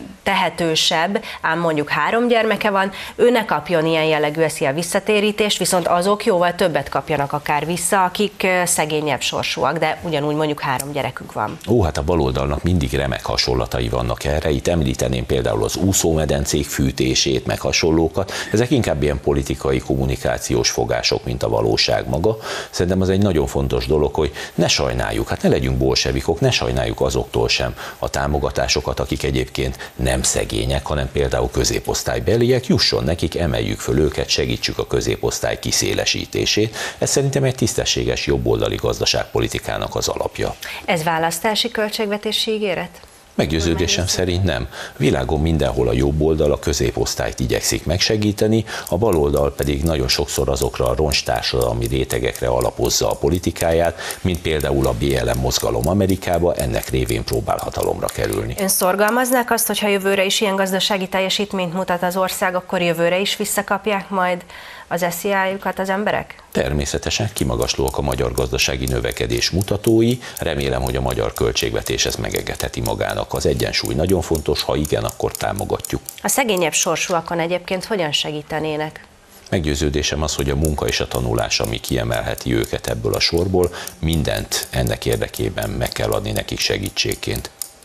S2: tehetősebb, ám mondjuk 3 gyermeke van, ő ne kapjon ilyen jellegű SZIA visszatérítést, viszont azok jóval többet kapjanak akár vissza, akik szegényebb sorsúak, de ugyanúgy mondjuk 3 gyerekük van.
S4: Hát a baloldalnak mindig remek hasonlatai vannak erre. Itt említeném például az úszómedencék fűtését, meg hasonlókat. Ezek inkább ilyen politikai, kommunikációs fogások, mint a valóság maga. Szerintem az egy nagyon fontos dolog, hogy ne sajnáljuk, hát ne legyünk bolsevikok, ne sajnáljuk azoktól sem a támogatásokat, akik egyébként nem szegények, hanem például középosztálybeliek, jusson nekik, emeljük föl őket, segítsük a középosztály kiszélesítését. Ez szerintem egy tisztességes jobboldali gazdaságpolitikának az alapja.
S2: Ez választási költségvetési ígéret?
S4: Meggyőződésem szerint nem. Világon mindenhol a jobb oldal a középosztályt igyekszik megsegíteni, a bal oldal pedig nagyon sokszor azokra a roncstársadalmi rétegekre alapozza a politikáját, mint például a BLM mozgalom Amerikába, ennek révén próbál hatalomra kerülni.
S2: Ön szorgalmaznák azt, hogyha jövőre is ilyen gazdasági teljesítményt mutat az ország, akkor jövőre is visszakapják majd az SZIA-jukat az emberek?
S4: Természetesen kimagaslóak a magyar gazdasági növekedés mutatói, remélem, hogy a magyar költségvetés ezt megengedheti magának. Az egyensúly nagyon fontos, ha igen, akkor támogatjuk.
S2: A szegényebb sorsúakon egyébként hogyan segítenének?
S4: Meggyőződésem az, hogy a munka és a tanulás, ami kiemelheti őket ebből a sorból, mindent ennek érdekében meg kell adni nekik segítségként.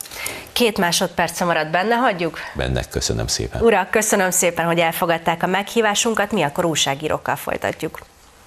S2: 2 másodperce maradt benne, hagyjuk?
S4: Benne, köszönöm szépen.
S2: Urak, köszönöm szépen, hogy elfogadták a meghívásunkat, mi akkor újságírókkal folytatjuk.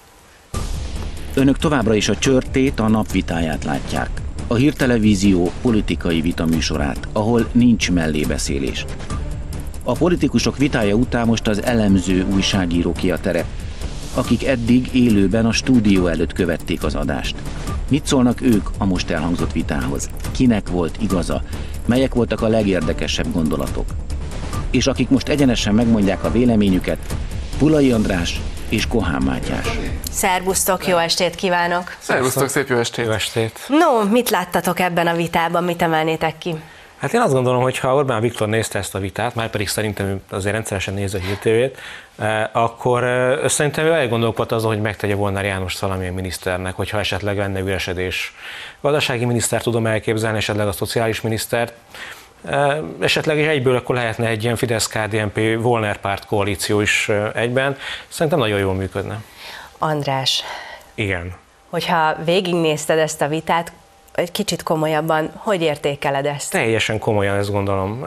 S1: Önök továbbra is a Csörtét, a napvitáját látják. A Hírtelevízió politikai vitaműsorát, ahol nincs mellébeszélés. A politikusok vitája után most az elemző újságíróké a terep, akik eddig élőben a stúdió előtt követték az adást. Mit szólnak ők a most elhangzott vitához? Kinek volt igaza? Melyek voltak a legérdekesebb gondolatok? És akik most egyenesen megmondják a véleményüket, Pulai András és Kohán Mátyás.
S2: Szervusztok, jó estét kívánok!
S5: Szervusztok, szép jó estét!
S6: Jó estét!
S2: No, mit láttatok ebben a vitában, mit emelnétek ki?
S6: Hát én azt gondolom, hogy ha Orbán Viktor nézte ezt a vitát, már pedig szerintem ő azért rendszeresen nézi a Hír TV-t, akkor szerintem ő elgondolkodott azon, hogy megtegye Molnár Jánost valamilyen miniszternek, hogyha esetleg lenne üresedés. Gazdasági minisztert tudom elképzelni, esetleg a szociális minisztert, esetleg is egyből akkor lehetne egy ilyen Fidesz-KDNP Volner párt koalíció is egyben. Szerintem nagyon jól működne. András. Igen.
S2: Hogyha végignézted ezt a vitát, egy kicsit komolyabban, hogy értékeled ezt?
S6: Teljesen komolyan, ezt gondolom.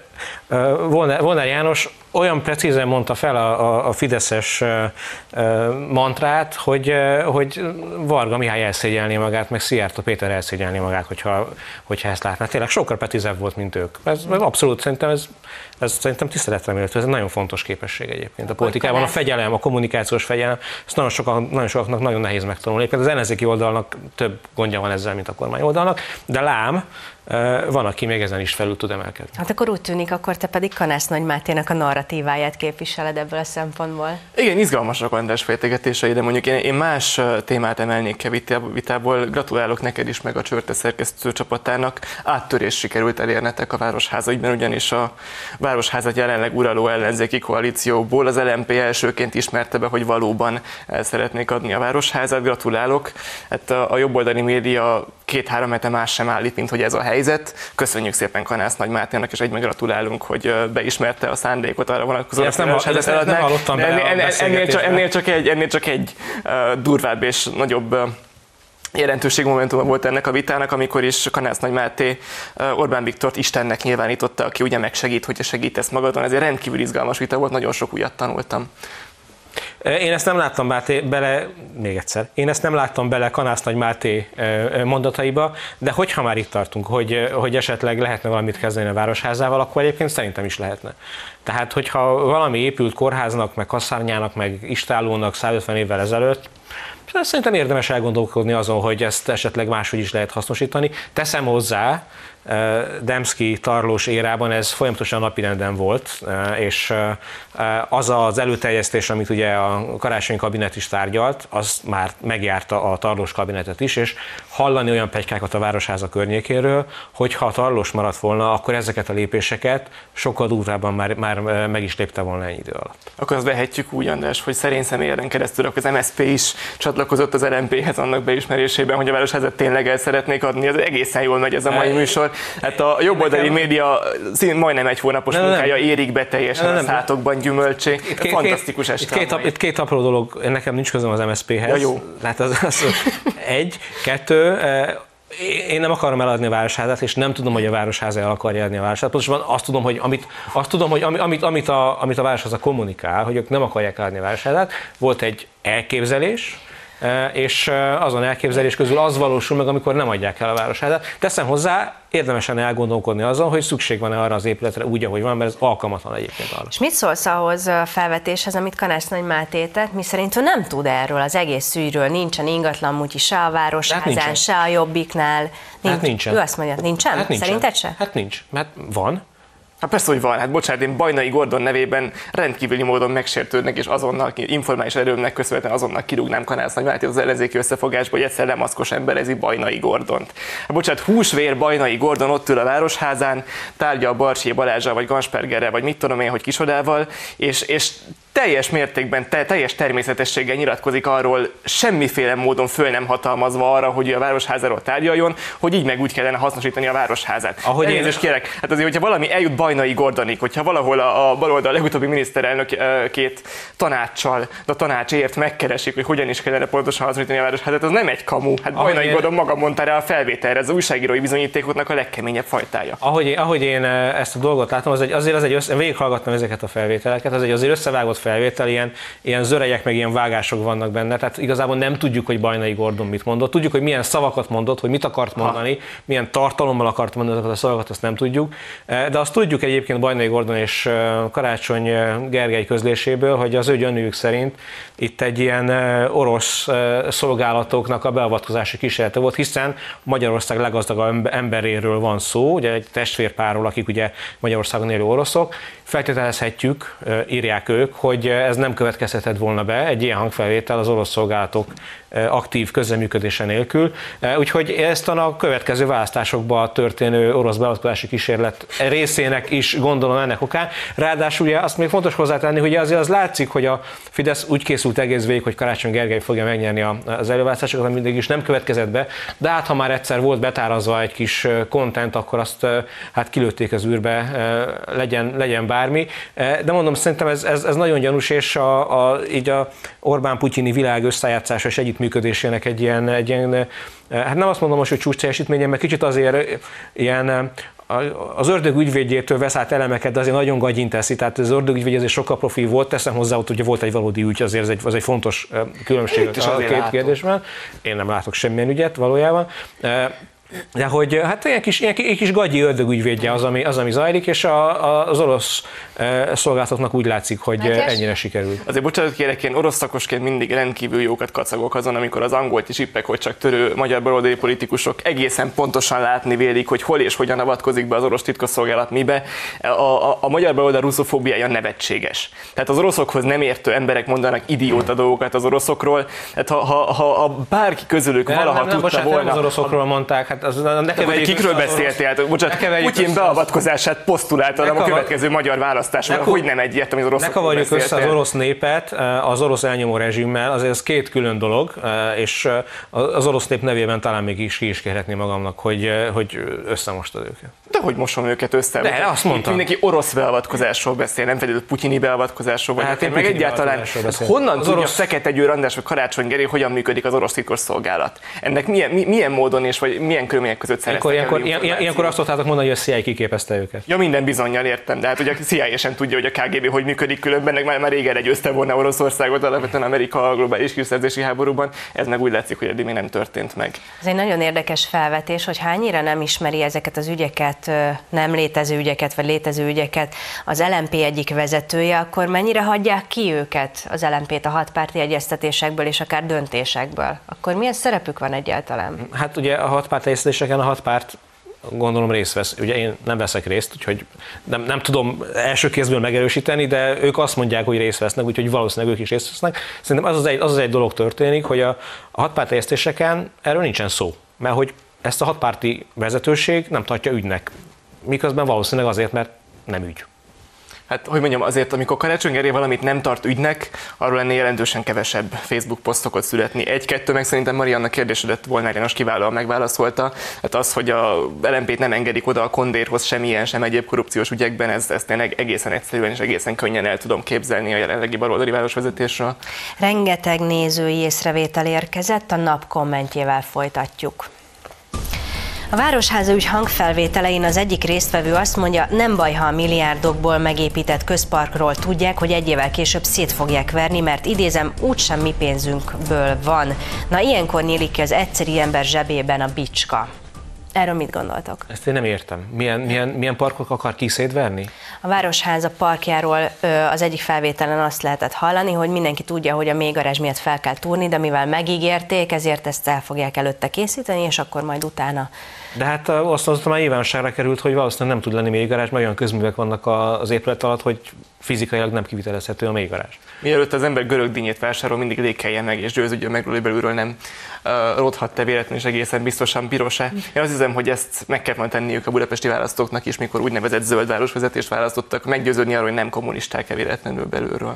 S6: Volner János olyan precízen mondta fel a fideszes mantrát, hogy Varga Mihály elszégyelné magát, meg Szijjártó Péter elszégyelné magát, hogyha ezt látná. Tényleg sokkal precízebb volt, mint ők. Ez abszolút szerintem tiszteletre méltó, ez egy nagyon fontos képesség egyébként a politikában. A fegyelem, a kommunikációs fegyelem, ezt nagyon sokaknak nagyon nehéz megtanulni. Egyébként az ellenzéki oldalnak több gondja van ezzel, mint a kormány oldalnak, de lám, van, aki még ezen is felül tud emelkedni.
S2: Hát akkor úgy tűnik, akkor te pedig Kanász Nagy Máténak a narratíváját narratíváját képviseled ebből a szempontból.
S5: Igen, izgalmasak András fejtegetései, de mondjuk én más témát emelnék ki vitából. Gratulálok neked is, meg a Csörte szerkesztő csapatának. Áttörés sikerült elérnetek a Városháza ügyben, ugyanis a Városházat jelenleg uraló ellenzéki koalícióból az LMP elsőként ismerte be, hogy valóban el szeretnék adni a Városházat. Gratulálok. Hát a jobboldali média 2-3 hete más sem állít, mint hogy ez a helyzet. Köszönjük szépen Kanász Nagy Máténak, és egyben gratulálunk, hogy beismerte a szándékot arra vonatkozóan. Ennél csak egy durvább és nagyobb jelentőségmomentuma volt ennek a vitának, amikor is Kanász Nagy Máté Orbán Viktort Istennek nyilvánította, aki ugye megsegít, hogyha segítesz magadon. Ez egy rendkívül izgalmas vita volt, nagyon sok újat tanultam.
S6: Én ezt nem láttam még ezt nem láttam bele Kanász Nagy Máté mondataiba, de hogyha már itt tartunk, hogy esetleg lehetne valamit kezdeni a Városházával, akkor egyébként szerintem is lehetne. Tehát, hogyha valami épült kórháznak, meg kasszárnyának, meg istállónak 150 évvel ezelőtt, szerintem érdemes elgondolkodni azon, hogy ezt esetleg máshogy is lehet hasznosítani. Teszem hozzá, Demszky Tarlós érában ez folyamatosan napirenden volt, és az az előterjesztés, amit ugye a Karácsony kabinet is tárgyalt, az már megjárta a Tarlós kabinetet is, és hallani olyan pletykákat a Városháza környékéről, hogy ha a Tarlós maradt volna, akkor ezeket a lépéseket sokkal durvábban már meg is lépte volna ennyi idő alatt.
S5: Akkor azt vehetjük úgy, András, hogy szerény személyen keresztül akkor az MSZP is csatlakozott az LMP-hez annak beismerésében, hogy a Városházat tényleg el szeretnék adni. Ez egészen jól megy ez a mai műsor. Hát a jobboldali média majdnem egy hónapos munkája érik be teljesen a szátokban gyümölcsé. Fantasztikus este.
S6: Itt két apró dolog, nekem nincs közöm az MSZP-hez.
S5: Ja, jó.
S6: Hát az egy, kettő, én nem akarom eladni a Városházat, és nem tudom, hogy a Városháza el akarja adni a Városházat. Pontosan azt tudom, hogy amit a Városháza kommunikál, hogy ők nem akarják eladni a Városházat. Volt egy elképzelés, és azon elképzelés közül az valósul meg, amikor nem adják el a Városházat. Teszem hozzá, érdemesen elgondolkodni azon, hogy szükség van-e arra az épületre úgy, ahogy van, mert ez alkalmatlan egyébként arra.
S2: És mit szólsz ahhoz a felvetéshez, amit Kanász Nagy Máté tett, miszerint ő nem tud erről az egész ügyről, nincsen ingatlan mutyi se a Városházán, se a Jobbiknál.
S6: Hát nincsen.
S2: Ő azt mondja, nincsen?
S6: Hát nincsen.
S2: Szerinted se?
S6: Hát nincs, mert van.
S5: Hát persze, hogy van. Hát bocsánat, én Bajnai Gordon nevében rendkívüli módon megsértődnek, és azonnal informális erőmnek köszönhetően azonnal kirúgnám Kanász Nagy Mátét az ellenzéki összefogásból, hogy egyszer lemaszkos emberezi Bajnai Gordont. Hát bocsánat, húsvér Bajnai Gordon ott ül a Városházán, tárgyal Barcsi Balázsral, vagy Ganspergerrel, vagy mit tudom én, hogy kicsodával, és teljes mértékben, teljes természetességgel nyilatkozik arról, semmiféle módon föl nem hatalmazva arra, hogy a Városházáról tárgyaljon, hogy így meg úgy kellene hasznosítani a Városházát. Kérek, hát azért, hogyha valami eljut Bajnai Gordonig, hogyha valahol a baloldal legutóbbi miniszterelnökét tanácssal, de a tanácsért megkeresik, hogy hogyan is kellene pontosan hasznosítani a Városházát, az nem egy kamu. Hát Bajnai Gordon maga mondta rá a felvételre, ez az újságírói bizonyítékoknak a legkeményebb fajtája.
S6: Ahogy én ezt a dolgot látom, végighallgattam ezeket a felvételeket, az egy azért összevágott felvétel, ilyen zörejek, meg ilyen vágások vannak benne, tehát igazából nem tudjuk, hogy Bajnai Gordon mit mondott, tudjuk, hogy milyen szavakat mondott, hogy mit akart mondani, milyen tartalommal akart mondani azokat a szavakat, azt nem tudjuk, de azt tudjuk egyébként Bajnai Gordon és Karácsony Gergely közléséből, hogy az ő gyanújuk szerint itt egy ilyen orosz szolgálatoknak a beavatkozási kísérlete volt, hiszen Magyarország leggazdagabb emberéről van szó, ugye egy testvérpárról, akik ugye Magyarországon élő oroszok, feltételezhetjük, írják ők, hogy ez nem következhetett volna be, egy ilyen hangfelvétel az orosz szolgálatok aktív közreműködése nélkül. Úgyhogy ezt a következő választásokban történő orosz beavatkozási kísérlet részének is gondolom ennek okán. Ráadásul ugye azt még fontos hozzátenni, hogy azért az látszik, hogy a Fidesz úgy készült egész végig, hogy Karácsony Gergely fogja megnyerni az előválasztásokat, ami mindig is nem következett be, de hát ha már egyszer volt betárazva egy kis content, akkor azt hát kilőtték az űrbe, legyen bármi. De mondom, szerintem ez nagyon gyanús, és így a Orbán-putyini világ összejátszása és együttműködésének egy ilyen, hát nem azt mondom most, hogy csúcs teljesítménye, mert kicsit azért ilyen az ördög ügyvédjétől vesz át elemeket, de azért nagyon gagyint teszi, tehát az ördög ügyvédje azért sokkal profi volt, teszem hozzá, hogy volt egy valódi ügy, azért az egy fontos különbség a két kérdésben. Én nem látok semmilyen ügyet valójában. De hogy hát ilyen kis gagyi ördögügyvédje az, ami zajlik, és az orosz szolgálatoknak úgy látszik, hogy ennyire sikerült.
S5: Azért bocsánat kérek, én orosz szakosként mindig rendkívül jókat kacagok azon, amikor az angolt is ippek, hogy csak törő magyar baloldali politikusok egészen pontosan látni vélik, hogy hol és hogyan avatkozik be az orosz titkosszolgálat mibe. A magyar baloldal russzofóbiája nevetséges. Tehát az oroszokhoz nem értő emberek mondanak idióta dolgokat az oroszokról. Tehát ha bárki közülük valaha tudta volna...
S6: Nem az oroszokról mondták, hát
S5: kikről beszéltél? Bocsánat, Putyin beavatkozását posztulálta a következő magyar választásra, hogy nem egyértelmű az oroszokról
S6: beszéltél. Ne kavarjuk össze az orosz népet az orosz elnyomó rezsimmel, azért ez két külön dolog, és az orosz nép nevében talán még ki is kérhetném magamnak, hogy összemostad őket.
S5: De hogy mosom őket össze?
S6: De azt mondtam.
S5: Mindenki orosz beavatkozásról beszél, nem feltétlenül putyini beavatkozásról, vagy hát meg egyáltalán honnan tudja Fekete Győr András vagy Karácsony Gergely, hogyan működik az orosz titkosszolgálat? Ennek milyen módon és vagy milyen körülmények között szereztek
S6: ilyenkor azt tudtátok mondani, hogy a CIA kiképezte őket.
S5: Ja, minden bizonnyal értem, de hát ugye a CIA sem tudja, hogy a KGB hogy működik, különben már régen legyőzte volna Oroszországot, alapvetően Amerika a globális hírszerzési háborúban, ez meg úgy látszik, hogy eddig még nem történt meg.
S2: Ez egy nagyon érdekes felvetés, hogy hányira nem ismeri ezeket az ügyeket, nem létező ügyeket, vagy létező ügyeket az LMP egyik vezetője, akkor mennyire hagyják ki őket, az LMP-t a hatpárti egyeztetésekből és akár döntésekből? Akkor milyen szerepük van egyáltalán?
S6: Hát ugye a hatpárti egyeztetéseken a hatpárt gondolom részt vesz. Ugye én nem veszek részt, úgyhogy nem tudom első kézből megerősíteni, de ők azt mondják, hogy részt vesznek, úgyhogy valószínűleg ők is részt vesznek. Szerintem az egy dolog történik, hogy a hatpárti egyeztetéseken erről nincsen szó, mert hogy ezt a hatpárti vezetőség nem tartja ügynek, miközben valószínűleg azért, mert nem ügy.
S5: Hát, hogy mondjam, azért, amikor Karácsony Gergely valamit nem tart ügynek, arról ennél jelentősen kevesebb Facebook posztokot születni. Egy-kettő, meg szerintem Marianna kérdésedet Volner János kiválóan megválaszolta. Hát az, hogy a LMP-t nem engedik oda a Kondérhoz semmilyen, sem egyéb korrupciós ügyekben, ezt tényleg egészen egyszerűen és egészen könnyen el tudom képzelni a jelenlegi baloldali városvezetésről.
S2: Rengeteg nézői észrevétel érkezett, a Nap kommentjével folytatjuk. A Városháza ügy hangfelvételein az egyik résztvevő azt mondja, nem baj, ha a milliárdokból megépített közparkról tudják, hogy egy évvel később szét fogják verni, mert idézem, úgysem mi pénzünkből van. Na, ilyenkor nyílik ki az egyszeri ember zsebében a bicska. Erről mit gondoltok?
S6: Ezt én nem értem. Milyen parkok akar kiszétverni?
S2: A Városháza parkjáról az egyik felvételen azt lehetett hallani, hogy mindenki tudja, hogy a mélygarázs miatt fel kell túrni, de mivel megígérték, ezért ezt el fogják előtte készíteni, és akkor majd utána.
S6: De hát azt már nyilvánosságra került, hogy valószínűleg nem tud lenni mélygarázs, mert olyan közművek vannak az épület alatt, hogy fizikailag nem kivitelezhető a mélygarázs.
S5: Mielőtt az ember görög dinnyét vásárol, mindig lékelje meg, és győződjön meg, hogy belülről nem rodhat-e véletlenül, és egészen biztosan piros-e. Én azt hiszem, hogy ezt meg kell majd tenniük a budapesti választóknak is, mikor úgynevezett zöld városvezetést választottak, meggyőződni arról, hogy nem kommunisták-e véletlenül belülről.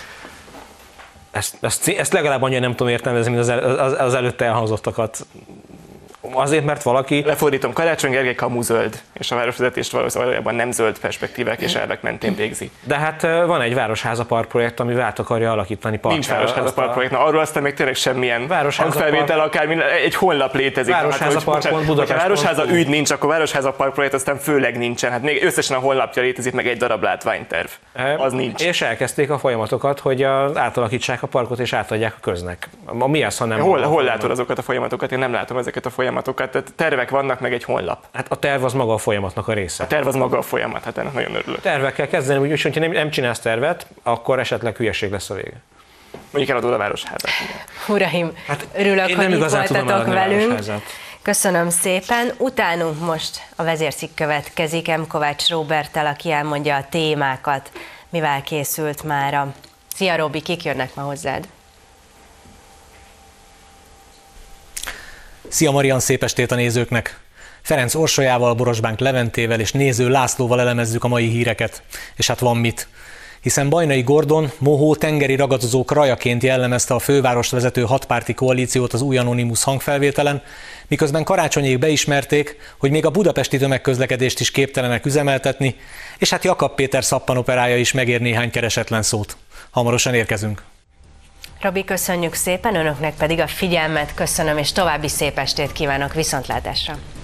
S6: Ezt legalább annyira nem tudom értelmezni, mint az előtte elhangzottakat. Azért, mert valaki...
S5: Lefordítom, Karácsony Gergely kamu zöld, és a városvezetést valójában nem zöld perspektívák és elvek mentén végzi.
S6: De hát van egy Városháza Park projekt, ami át akarja alakítani parkra.
S5: Nincs Városháza Park projekt, na arról aztán még tényleg semmilyen hangfelvétel, akár egy honlap létezik.
S6: Városháza Park
S5: Budapest. Ha Városháza ügy nincs, akkor Városháza Park projekt aztán főleg nincsen. Hát még összesen a honlapja létezik, meg egy darab látványterv. Az nincs.
S6: És elkezdték a folyamatokat, hogy átalakítsák a parkot és átadják a köznek. Mi az, ha nem?
S5: Hol látod azokat a folyamatokat? Én nem látom ezeket a folyamatokat. Tehát tervek vannak, meg egy honlap.
S6: Hát a terv az maga a folyamatnak a része.
S5: A terv az maga a folyamat, hát ennek nagyon örülök.
S6: Tervekkel kezdeni, úgyhogy hogyha nem csinálsz tervet, akkor esetleg hülyeség lesz a vége.
S5: Mondjuk eladod a Városházat.
S2: Uraim, hát örülök, hogy itt voltatok velünk. Köszönöm szépen. Utánunk most a vezércikk következik, M. Kovács Róberttel, aki elmondja a témákat, mivel készült mára. Szia Robi, kik jönnek ma hozzád?
S7: Szia Marian, szép estét a nézőknek! Ferenc Orsolyával, Borosbánk Leventével és Néző Lászlóval elemezzük a mai híreket. És hát van mit. Hiszen Bajnai Gordon mohó tengeri ragadozók rajaként jellemezte a fővárost vezető hatpárti koalíciót az új Anonymous hangfelvételen, miközben Karácsonyék beismerték, hogy még a budapesti tömegközlekedést is képtelenek üzemeltetni, és hát Jakab Péter szappanoperája is megér néhány keresetlen szót. Hamarosan érkezünk.
S2: Robi, köszönjük szépen, önöknek pedig a figyelmet köszönöm, és további szép estét kívánok, viszontlátásra!